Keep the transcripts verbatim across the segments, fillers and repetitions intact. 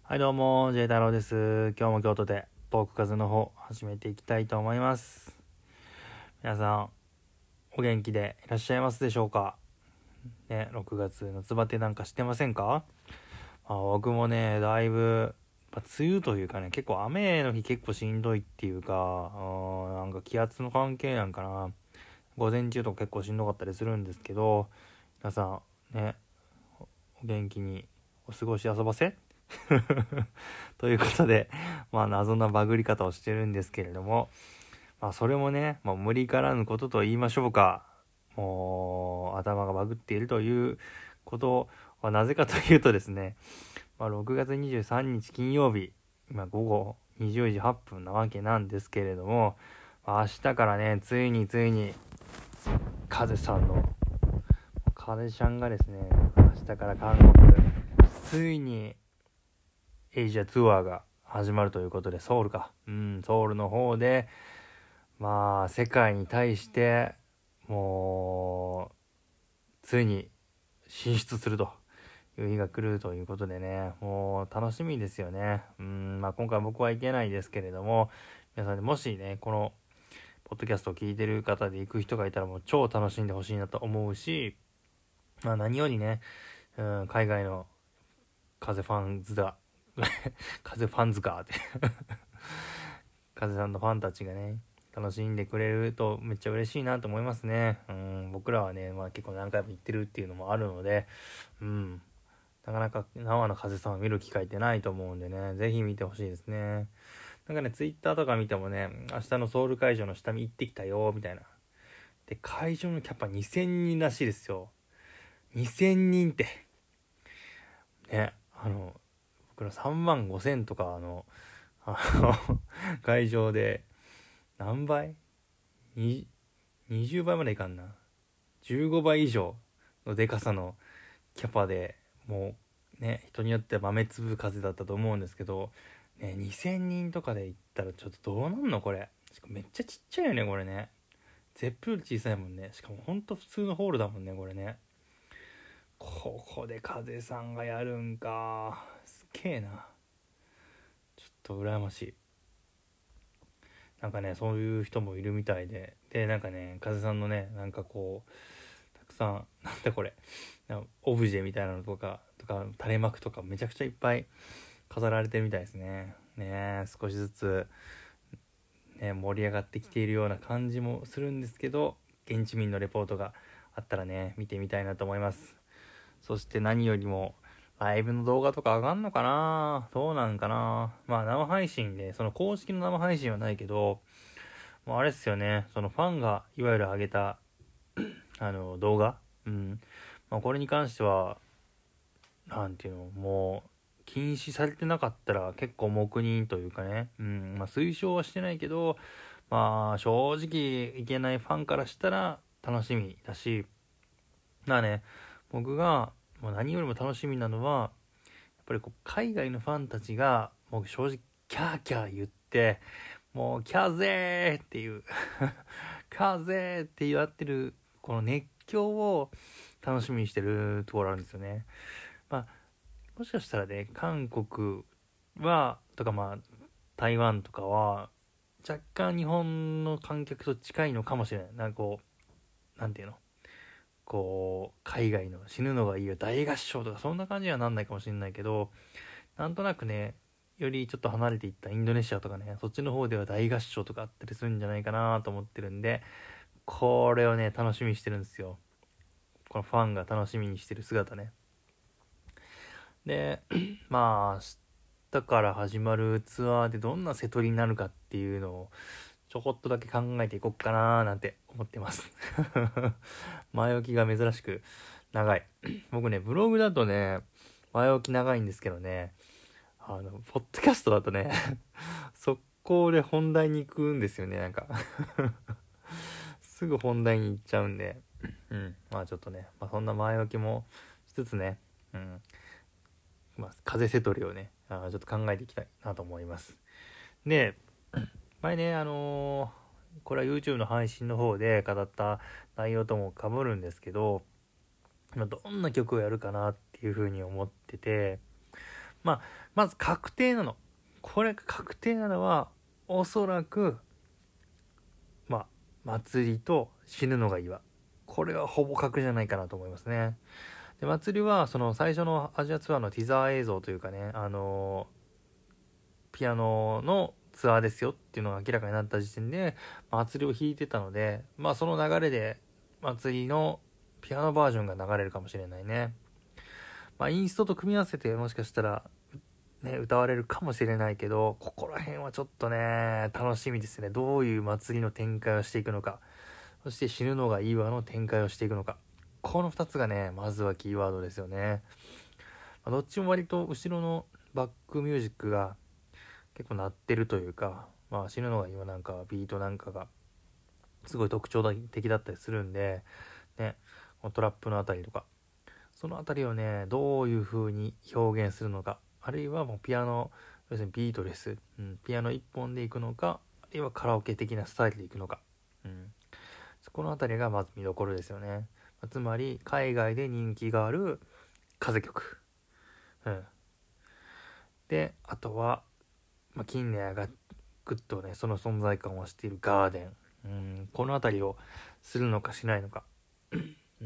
はいどうも J 太郎です。今日も京都でポークカズの方始めていきたいと思います。皆さんお元気でいらっしゃいますでしょうかね。ろくがつ夏バテなんかしてませんか？まあ、僕もねだいぶ、まあ、梅雨というかね結構雨の日結構しんどいっていうか、あーなんか気圧の関係なんかな。午前中とか結構しんどかったりするんですけど、皆さんねお元気にお過ごし遊ばせということで、まあ謎なバグり方をしてるんですけれども、まあそれもね、まあ、無理からぬことと言いましょうか。もう頭がバグっているということはなぜかというとですね、まあ、ろくがつにじゅうさんにち金曜日、今午後にじゅうじはっぷんなわけなんですけれども、まあ、明日からね、ついについに、風さんの、風ちゃんがですね、明日から韓国、ついにエイジアツアーが始まるということで、ソウルか。うん、ソウルの方で、まあ、世界に対して、もう、ついに進出するという日が来るということでね、もう楽しみですよね。うん、まあ今回僕は行けないですけれども、皆さんでもしね、この、ポッドキャストを聞いてる方で行く人がいたらもう超楽しんでほしいなと思うし、まあ何よりね、うん、海外の風ファンズだ、風ファンズかって風さんのファンたちがね楽しんでくれるとめっちゃ嬉しいなと思いますね。うん、僕らはね、まあ、結構何回も行ってるっていうのもあるので、うん、なかなか生の風さんを見る機会ってないと思うんでね、ぜひ見てほしいですね。なんかね、ツイッターとか見てもね、明日のソウル会場の下見行ってきたよみたいな。で、会場のキャパにせんにんらしいですよ。にせんにんってね、あの僕のさんまんごせんとかのあの会場で何倍ににじゅうばいまでいかんな、じゅうごばい以上のでかさのキャパで、もうね、人によっては豆粒風だったと思うんですけど、ね、にせんにんとかで行ったらちょっとどうなんのこれ。しかもめっちゃちっちゃいよねこれね。ゼップより小さいもんね。しかもほんと普通のホールだもんねこれね。ここで風さんがやるんか、すげえな。ちょっと羨ましい。なんかね、そういう人もいるみたいで、でなんかね、風さんのね、なんかこうたくさん、なんだこれ、オブジェみたいなのとかとか垂れ幕とかめちゃくちゃいっぱい飾られてるみたいですね。ね、少しずつ、ね、盛り上がってきているような感じもするんですけど、現地民のレポートがあったらね、見てみたいなと思います。そして何よりもライブの動画とか上がんのかな、どうなんかな。まあ生配信で、その公式の生配信はないけど、もうあれっすよね、そのファンがいわゆる上げたあの動画、うん、まあ、これに関してはなんていうの、もう禁止されてなかったら結構黙認というかね、うん、まあ推奨はしてないけど、まあ正直いけないファンからしたら楽しみだし、まあね、僕がもう何よりも楽しみなのはやっぱりこう海外のファンたちがもう正直キャーキャー言って、もうキャゼーっていうキャゼーって言わってるこの熱狂を楽しみにしてるところあるんですよね。まあもしかしたらね、韓国はとかまあ台湾とかは若干日本の観客と近いのかもしれない。なんかこう、なんていうの、こう海外の死ぬのがいいよ大合唱とかそんな感じにはなんないかもしれないけど、なんとなくね、よりちょっと離れていったインドネシアとかね、そっちの方では大合唱とかあったりするんじゃないかなと思ってるんで、これをね楽しみにしてるんですよ。このファンが楽しみにしてる姿ね。でまあ明日から始まるツアーでどんな瀬戸りになるかっていうのをちょこっとだけ考えていこうかななんて思ってます前置きが珍しく長い僕ねブログだとね前置き長いんですけどね、あのポッドキャストだとね速攻で本題に行くんですよね。なんかすぐ本題に行っちゃうんで、うん、まあちょっとね、まあ、そんな前置きもしつつね、うん、まあ、風瀬取りをね、あちょっと考えていきたいなと思います。で、前ね、あのー、これは YouTube の配信の方で語った内容とも被るんですけど、どんな曲をやるかなっていうふうに思ってて、 まあまず確定なのこれが確定なのはおそらくまあ祭りと死ぬのがいいわ、これはほぼ確じゃないかなと思いますね。で祭りはその最初のアジアツアーのティザー映像というかね、あのー、ピアノのツアーですよっていうのが明らかになった時点で祭りを弾いてたので、まあその流れで祭りのピアノバージョンが流れるかもしれないね。まあインストと組み合わせてもしかしたらね歌われるかもしれないけど、ここら辺はちょっとね楽しみですね。どういう祭りの展開をしていくのか、そして死ぬのがいいわの展開をしていくのか、このふたつがねまずはキーワードですよね。まあ、どっちも割と後ろのバックミュージックが結構鳴ってるというか、まあ死ぬのがいいわなんかビートなんかがすごい特徴的だったりするんでね、トラップのあたりとかそのあたりをねどういう風に表現するのか、あるいはもうピアノ要するにビートレス、うん、ピアノ一本でいくのか、あるいはカラオケ的なスタイルでいくのか、うん、そこのあたりがまず見どころですよね。つまり海外で人気がある風曲、うん、であとは、まあ、近年がぐっとねその存在感をしているガーデン、うん、このあたりをするのかしないのか、うん、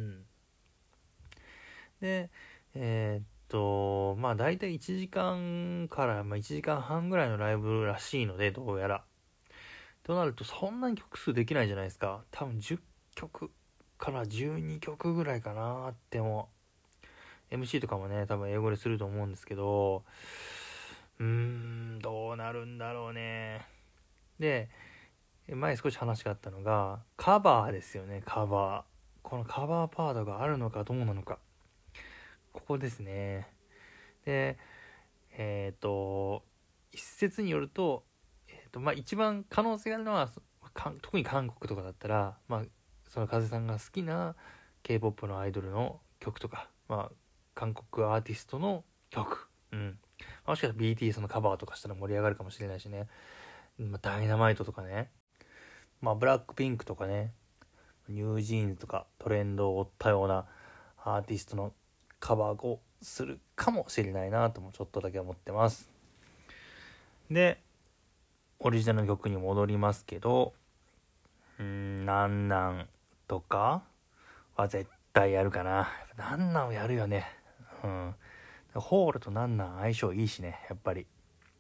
でえー、っとまあ大体いちじかんからまあいちじかんはんぐらいのライブらしいので、どうやらとなるとそんなに曲数できないじゃないですか。多分じゅっきょくからじゅうにきょくぐらいかなっても エムシー とかもね多分英語ですると思うんですけど、うーんどうなるんだろうね。で前少し話があったのがカバーですよね。カバー、このカバーパートがあるのかどうなのか、ここですね。でえっ、ー、と一説によると、えーとまあ、一番可能性があるのは特に韓国とかだったら、まあ、その風さんが好きな K-ポップ のアイドルの曲とか、まあ、韓国アーティストの曲、うん、もしかしたら ビーティーエス のカバーとかしたら盛り上がるかもしれないしね、まあ、ダイナマイトとかね、まあ、ブラックピンクとかね、ニュージーンズとかトレンドを追ったようなアーティストのカバーをするかもしれないなともちょっとだけ思ってます。でオリジナルの曲に戻りますけど、うーんなんなんとかは絶対やるかな。なんなんをやるよね。うん。ホールとなんなん相性いいしね、やっぱり。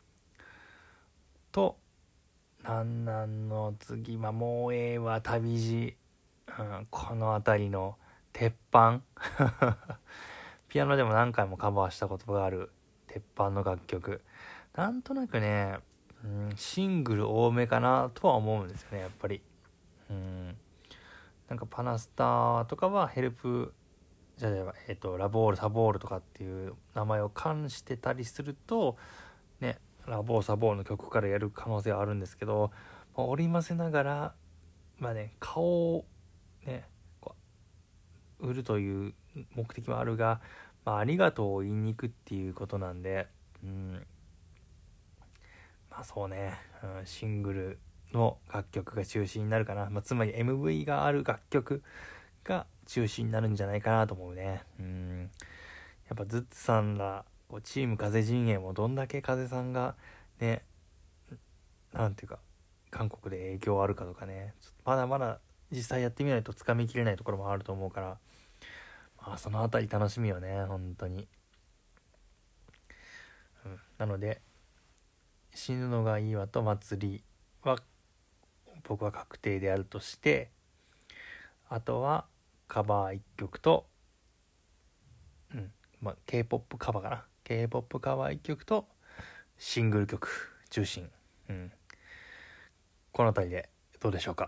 となんなんの次はもうええわ旅路、うん、この辺りの鉄板ピアノでも何回もカバーしたことがある鉄板の楽曲、なんとなくね、うん、シングル多めかなとは思うんですよね、やっぱり。うん、なんかパナスタとかはヘルプじゃあ、えーと、ラボールサボールとかっていう名前を冠してたりするとね、ラボーサボールの曲からやる可能性はあるんですけど、まあ、織り交ぜながらまあね顔をねこう売るという目的もあるが、まあ、ありがとうを言いに行くっていうことなんで、うんまあそうね、うん、シングルの楽曲が中心になるかな、まあ、つまり エムブイ がある楽曲が中心になるんじゃないかなと思うね。うんやっぱズッツさんらチーム風陣営もどんだけ風さんがねなんていうか韓国で影響あるかとかね、まだまだ実際やってみないとつかみきれないところもあると思うから、まあそのあたり楽しみよね本当に、うん、なので死ぬのがいいわと祭りは僕は確定であるとして、あとはカバーいっきょくと、うんまあ、K-ポップ カバーかな K-ポップ カバーいっきょくとシングル曲中心、うん、この辺りでどうでしょうか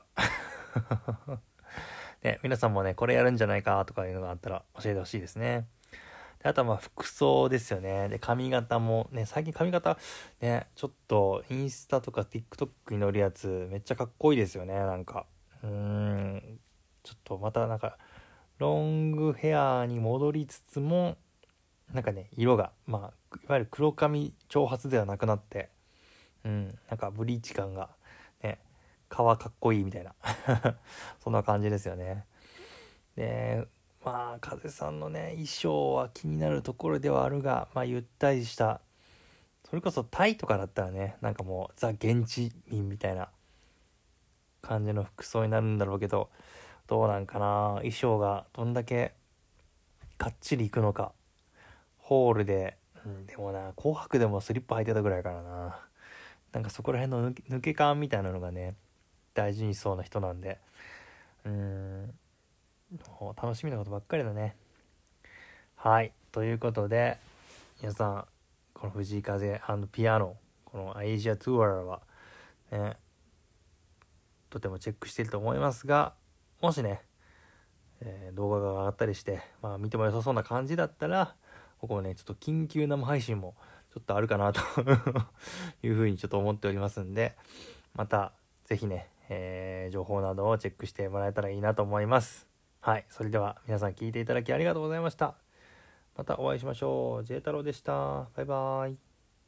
ね、皆さんもねこれやるんじゃないかとかいうのがあったら教えてほしいですね。であとはまあ服装ですよね。で髪型もね、最近髪型ねちょっとインスタとか TikTok に載るやつめっちゃかっこいいですよね。なんかうーんちょっとまたなんかロングヘアに戻りつつもなんかね色がまあいわゆる黒髪長髪ではなくなって、うんなんかブリーチ感がね皮かっこいいみたいなそんな感じですよね。でまあ風さんのね衣装は気になるところではあるが、まあゆったりしたそれこそタイとかだったらね、なんかもうザ現地民みたいな感じの服装になるんだろうけど、どうなんかな、衣装がどんだけかっちりいくのか。ホールで、うん、でもな、紅白でもスリッパ履いてたぐらいからな。なんかそこら辺の抜け、抜け感みたいなのがね、大事にしそうな人なんで、うーん、もう楽しみなことばっかりだね。はい、ということで、皆さん、この藤井風ピアノ、このアジアツアーは、ね、とてもチェックしていると思いますが、もしね、えー動画が上がったりして、まあ見ても良さそうな感じだったら、ここね、ちょっと緊急生配信もちょっとあるかなというふうにちょっと思っておりますんで、またぜひね、えー情報などをチェックしてもらえたらいいなと思います。はい、それでは皆さん聞いていただきありがとうございました。またお会いしましょう。J 太郎でした。バイバーイ。